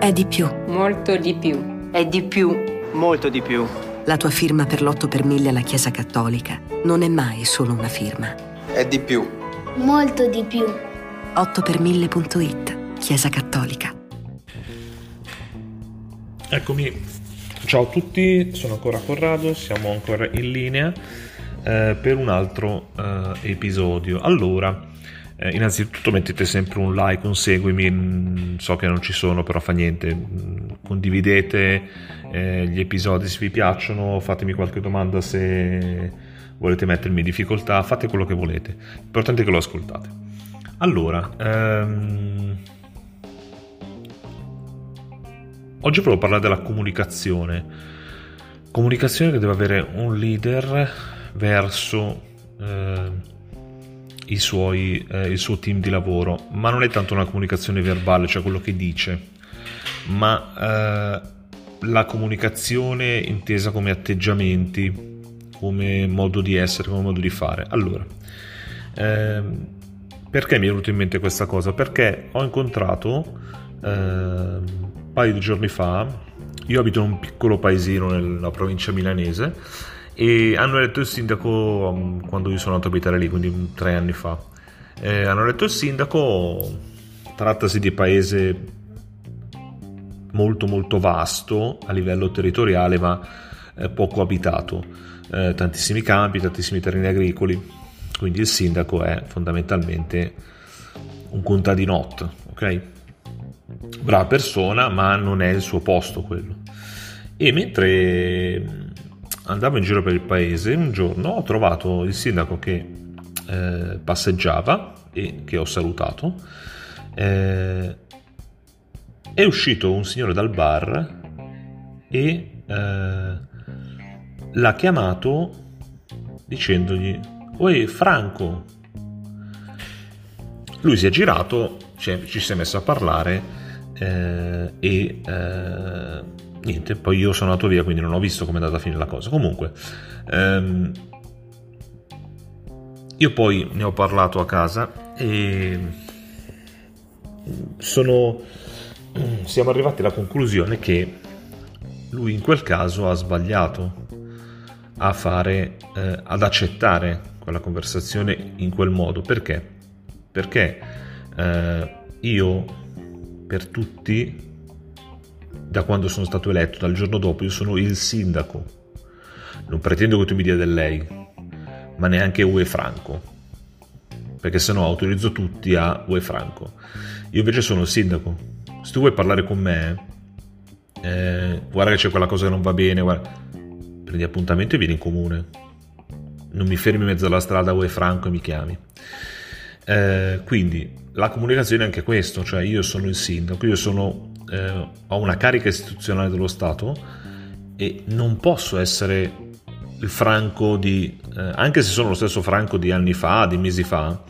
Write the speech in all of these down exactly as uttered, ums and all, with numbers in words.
È di più. Molto di più. È di più. Molto di più. La tua firma per l'otto per mille alla Chiesa Cattolica non è mai solo una firma. È di più. Molto di più. otto per mille punto it, Chiesa Cattolica. Eccomi, ciao a tutti, sono ancora Corrado, siamo ancora in linea eh, per un altro eh, episodio. Allora, eh, innanzitutto mettete sempre un like, un seguimi, so che non ci sono, però fa niente, condividete eh, gli episodi se vi piacciono, fatemi qualche domanda se volete mettermi in difficoltà, fate quello che volete, l'importante è che lo ascoltate. Allora, ehm... oggi volevo parlare della comunicazione. Comunicazione che deve avere un leader verso eh, i suoi, eh, il suo team di lavoro, ma non è tanto una comunicazione verbale, cioè quello che dice, ma eh, la comunicazione intesa come atteggiamenti, come modo di essere, come modo di fare. Allora, ehm, perché mi è venuto in mente questa cosa? Perché ho incontrato ehm, un paio di giorni fa, io abito in un piccolo paesino nella provincia milanese e hanno eletto il sindaco um, quando io sono andato a abitare lì, quindi tre anni fa. Eh, hanno eletto il sindaco, trattasi di paese molto molto vasto a livello territoriale, ma eh, poco abitato, eh, tantissimi campi, tantissimi terreni agricoli, quindi il sindaco è fondamentalmente un contadinotto, ok? Brava persona, ma non è il suo posto quello. E mentre andavo in giro per il paese, un giorno ho trovato il sindaco che eh, passeggiava e che ho salutato. Eh, è uscito un signore dal bar e eh, l'ha chiamato dicendogli: "Oi Franco". Lui si è girato, cioè, ci si è messo a parlare eh, e eh, niente, poi io sono andato via, quindi non ho visto come è andata a finire la cosa. Comunque ehm, io poi ne ho parlato a casa e sono siamo arrivati alla conclusione che lui in quel caso ha sbagliato a fare eh, ad accettare quella conversazione in quel modo. Perché? Perché eh, io per tutti, da quando sono stato eletto, dal giorno dopo, io sono il sindaco. Non pretendo che tu mi dia del lei, ma neanche Ue Franco, perché sennò autorizzo tutti a Ue Franco. Io invece sono il sindaco. Se tu vuoi parlare con me, eh, guarda che c'è quella cosa che non va bene, guarda, prendi appuntamento e vieni in comune. Non mi fermi in mezzo alla strada Ue Franco e mi chiami. Eh, quindi la comunicazione è anche questo, cioè io sono il sindaco, io sono eh, ho una carica istituzionale dello Stato e non posso essere il Franco di eh, anche se sono lo stesso Franco di anni fa, di mesi fa.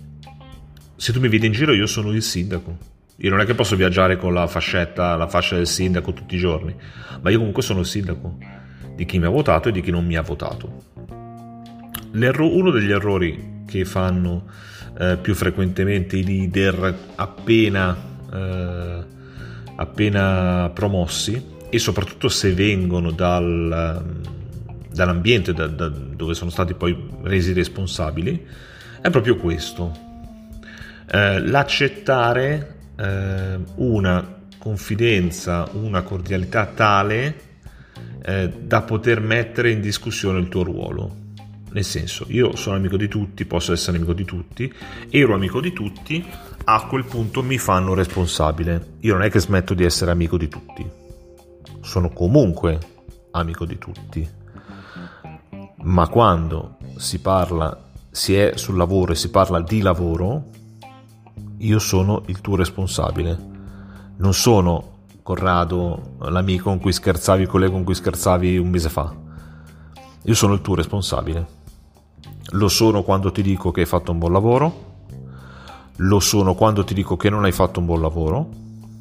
Se tu mi vedi in giro, io sono il sindaco. Io non è che posso viaggiare con la fascetta, la fascia del sindaco tutti i giorni, ma io comunque sono il sindaco di chi mi ha votato e di chi non mi ha votato. L'erro- uno degli errori che fanno eh, più frequentemente i leader appena eh, appena promossi, e soprattutto se vengono dal, dall'ambiente da, da dove sono stati poi resi responsabili, è proprio questo: eh, l'accettare eh, una confidenza, una cordialità tale eh, da poter mettere in discussione il tuo ruolo. Nel senso, io sono amico di tutti, posso essere amico di tutti, ero amico di tutti, a quel punto mi fanno responsabile. Io non è che smetto di essere amico di tutti, sono comunque amico di tutti, ma quando si parla, si è sul lavoro e si parla di lavoro, io sono il tuo responsabile. Non sono Corrado, l'amico con cui scherzavi, il collega con cui scherzavi un mese fa. Io sono il tuo responsabile. Lo sono quando ti dico che hai fatto un buon lavoro, lo sono quando ti dico che non hai fatto un buon lavoro,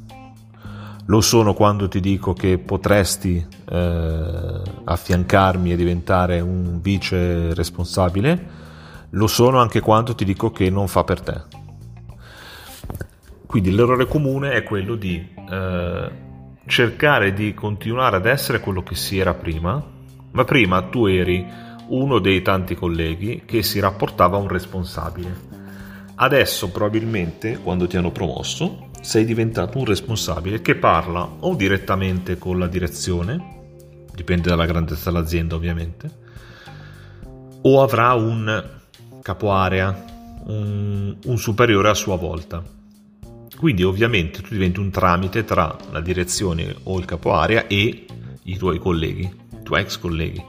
lo sono quando ti dico che potresti eh, affiancarmi e diventare un vice responsabile, lo sono anche quando ti dico che non fa per te. Quindi l'errore comune è quello di eh, cercare di continuare ad essere quello che si era prima, ma prima tu eri uno dei tanti colleghi che si rapportava a un responsabile. Adesso probabilmente, quando ti hanno promosso, sei diventato un responsabile che parla o direttamente con la direzione, dipende dalla grandezza dell'azienda ovviamente, o avrà un capo area, un, un superiore a sua volta. Quindi ovviamente tu diventi un tramite tra la direzione o il capo area e i tuoi colleghi, i tuoi ex colleghi.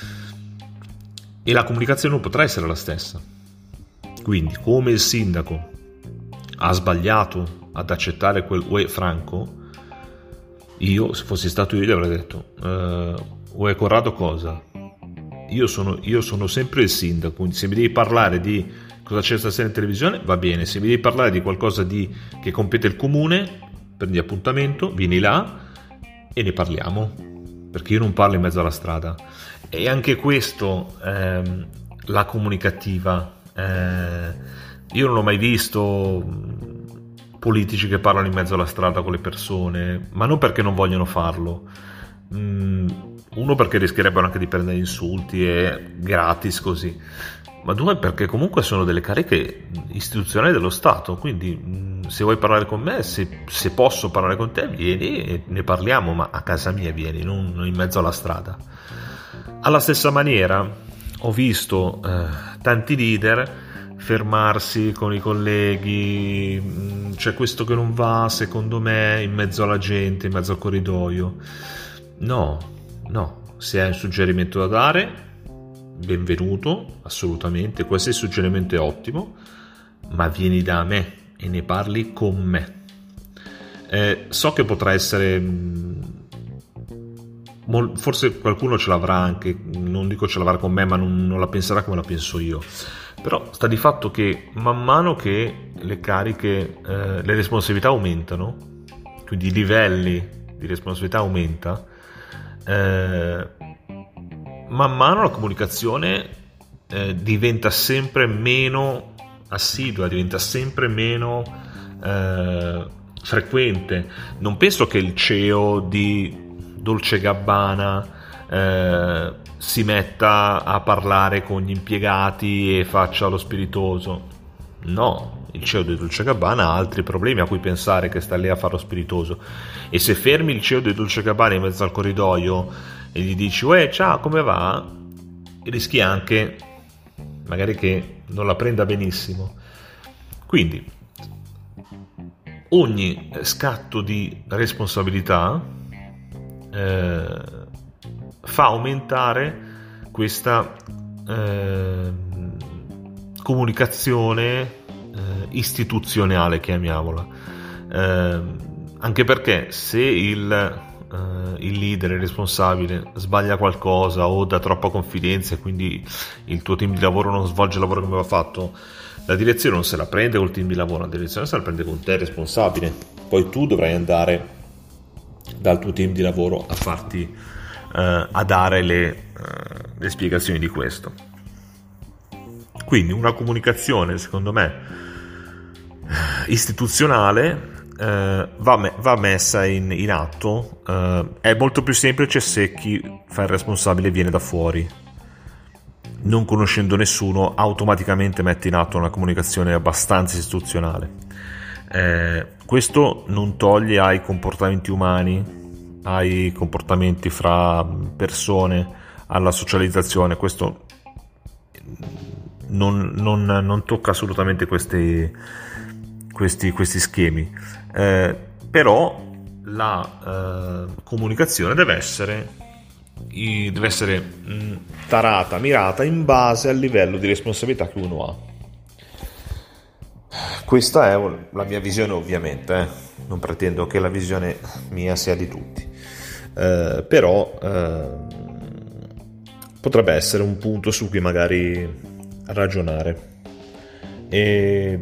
E la comunicazione non potrà essere la stessa. Quindi, come il sindaco ha sbagliato ad accettare quel Uè Franco, io, se fossi stato io, gli avrei detto uh, Uè Corrado cosa? Io sono, io sono sempre il sindaco, quindi se mi devi parlare di cosa c'è stasera in televisione, va bene. Se mi devi parlare di qualcosa di, che compete il comune, prendi appuntamento, vieni là e ne parliamo, perché io non parlo in mezzo alla strada. E anche questo, ehm, la comunicativa, eh, io non ho mai visto politici che parlano in mezzo alla strada con le persone, ma non perché non vogliono farlo, mm, uno perché rischierebbero anche di prendere insulti e gratis così, ma due perché comunque sono delle cariche istituzionali dello Stato, quindi se vuoi parlare con me, se, se posso parlare con te, vieni e ne parliamo, ma a casa mia vieni, non in mezzo alla strada. Alla stessa maniera ho visto eh, tanti leader fermarsi con i colleghi, c'è questo che non va secondo me, in mezzo alla gente, in mezzo al corridoio. No, no, se hai un suggerimento da dare, benvenuto, assolutamente, qualsiasi suggerimento è ottimo, ma vieni da me e ne parli con me. Eh, so che potrà essere, mol, forse qualcuno ce l'avrà anche, non dico ce l'avrà con me, ma non, non la penserà come la penso io, però sta di fatto che man mano che le cariche, eh, le responsabilità aumentano, quindi i livelli di responsabilità aumenta, eh, man mano la comunicazione eh, diventa sempre meno assidua, diventa sempre meno eh, frequente. Non penso che il C E O di Dolce Gabbana eh, si metta a parlare con gli impiegati e faccia lo spiritoso. No, il C E O di Dolce Gabbana ha altri problemi a cui pensare che sta lì a fare lo spiritoso. E se fermi il C E O di Dolce Gabbana in mezzo al corridoio e gli dici uè ciao come va, rischi anche magari che non la prenda benissimo. Quindi ogni scatto di responsabilità eh, fa aumentare questa eh, comunicazione eh, istituzionale, chiamiamola, eh, anche perché se il Uh, il leader, il responsabile sbaglia qualcosa o dà troppa confidenza e quindi il tuo team di lavoro non svolge il lavoro come va fatto, la direzione non se la prende col team di lavoro, la direzione se la prende con te responsabile, poi tu dovrai andare dal tuo team di lavoro a farti uh, a dare le, uh, le spiegazioni di questo. Quindi una comunicazione secondo me istituzionale Uh, va, me- va messa in, in atto. Uh, è molto più semplice se chi fa il responsabile viene da fuori, non conoscendo nessuno, automaticamente mette in atto una comunicazione abbastanza istituzionale. Uh, questo non toglie ai comportamenti umani, ai comportamenti fra persone, alla socializzazione. Questo non, non, non tocca assolutamente questi, questi, questi schemi. Eh, però la eh, comunicazione deve essere, i, deve essere mh, tarata, mirata in base al livello di responsabilità che uno ha. Questa è la mia visione, ovviamente, eh. Non pretendo che la visione mia sia di tutti, eh, però eh, potrebbe essere un punto su cui magari ragionare. E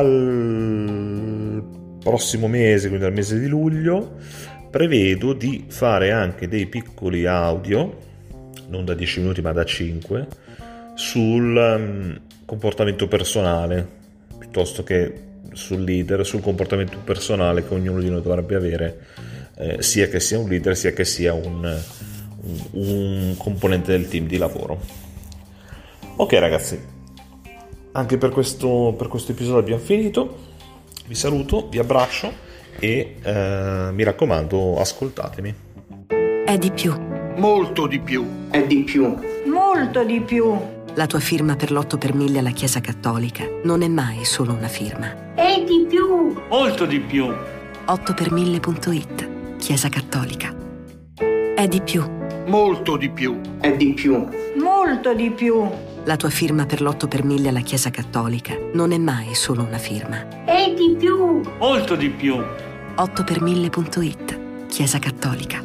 dal prossimo mese, quindi dal mese di luglio, prevedo di fare anche dei piccoli audio, non da dieci minuti ma da cinque, sul um, comportamento personale, piuttosto che sul leader, sul comportamento personale che ognuno di noi dovrebbe avere, eh, sia che sia un leader sia che sia un, un, un componente del team di lavoro. Ok ragazzi, anche per questo, per questo episodio abbiamo finito. Vi saluto, vi abbraccio e eh, mi raccomando, ascoltatemi. È di più. Molto di più. È di più. Molto di più. La tua firma per l'otto per mille alla Chiesa Cattolica non è mai solo una firma. È di più. Molto di più. otto per mille punto it, Chiesa Cattolica. È di più. Molto di più. È di più. Molto di più. La tua firma per l'otto per mille alla Chiesa Cattolica non è mai solo una firma. È di più. Molto di più. otto per mille punto it, Chiesa Cattolica.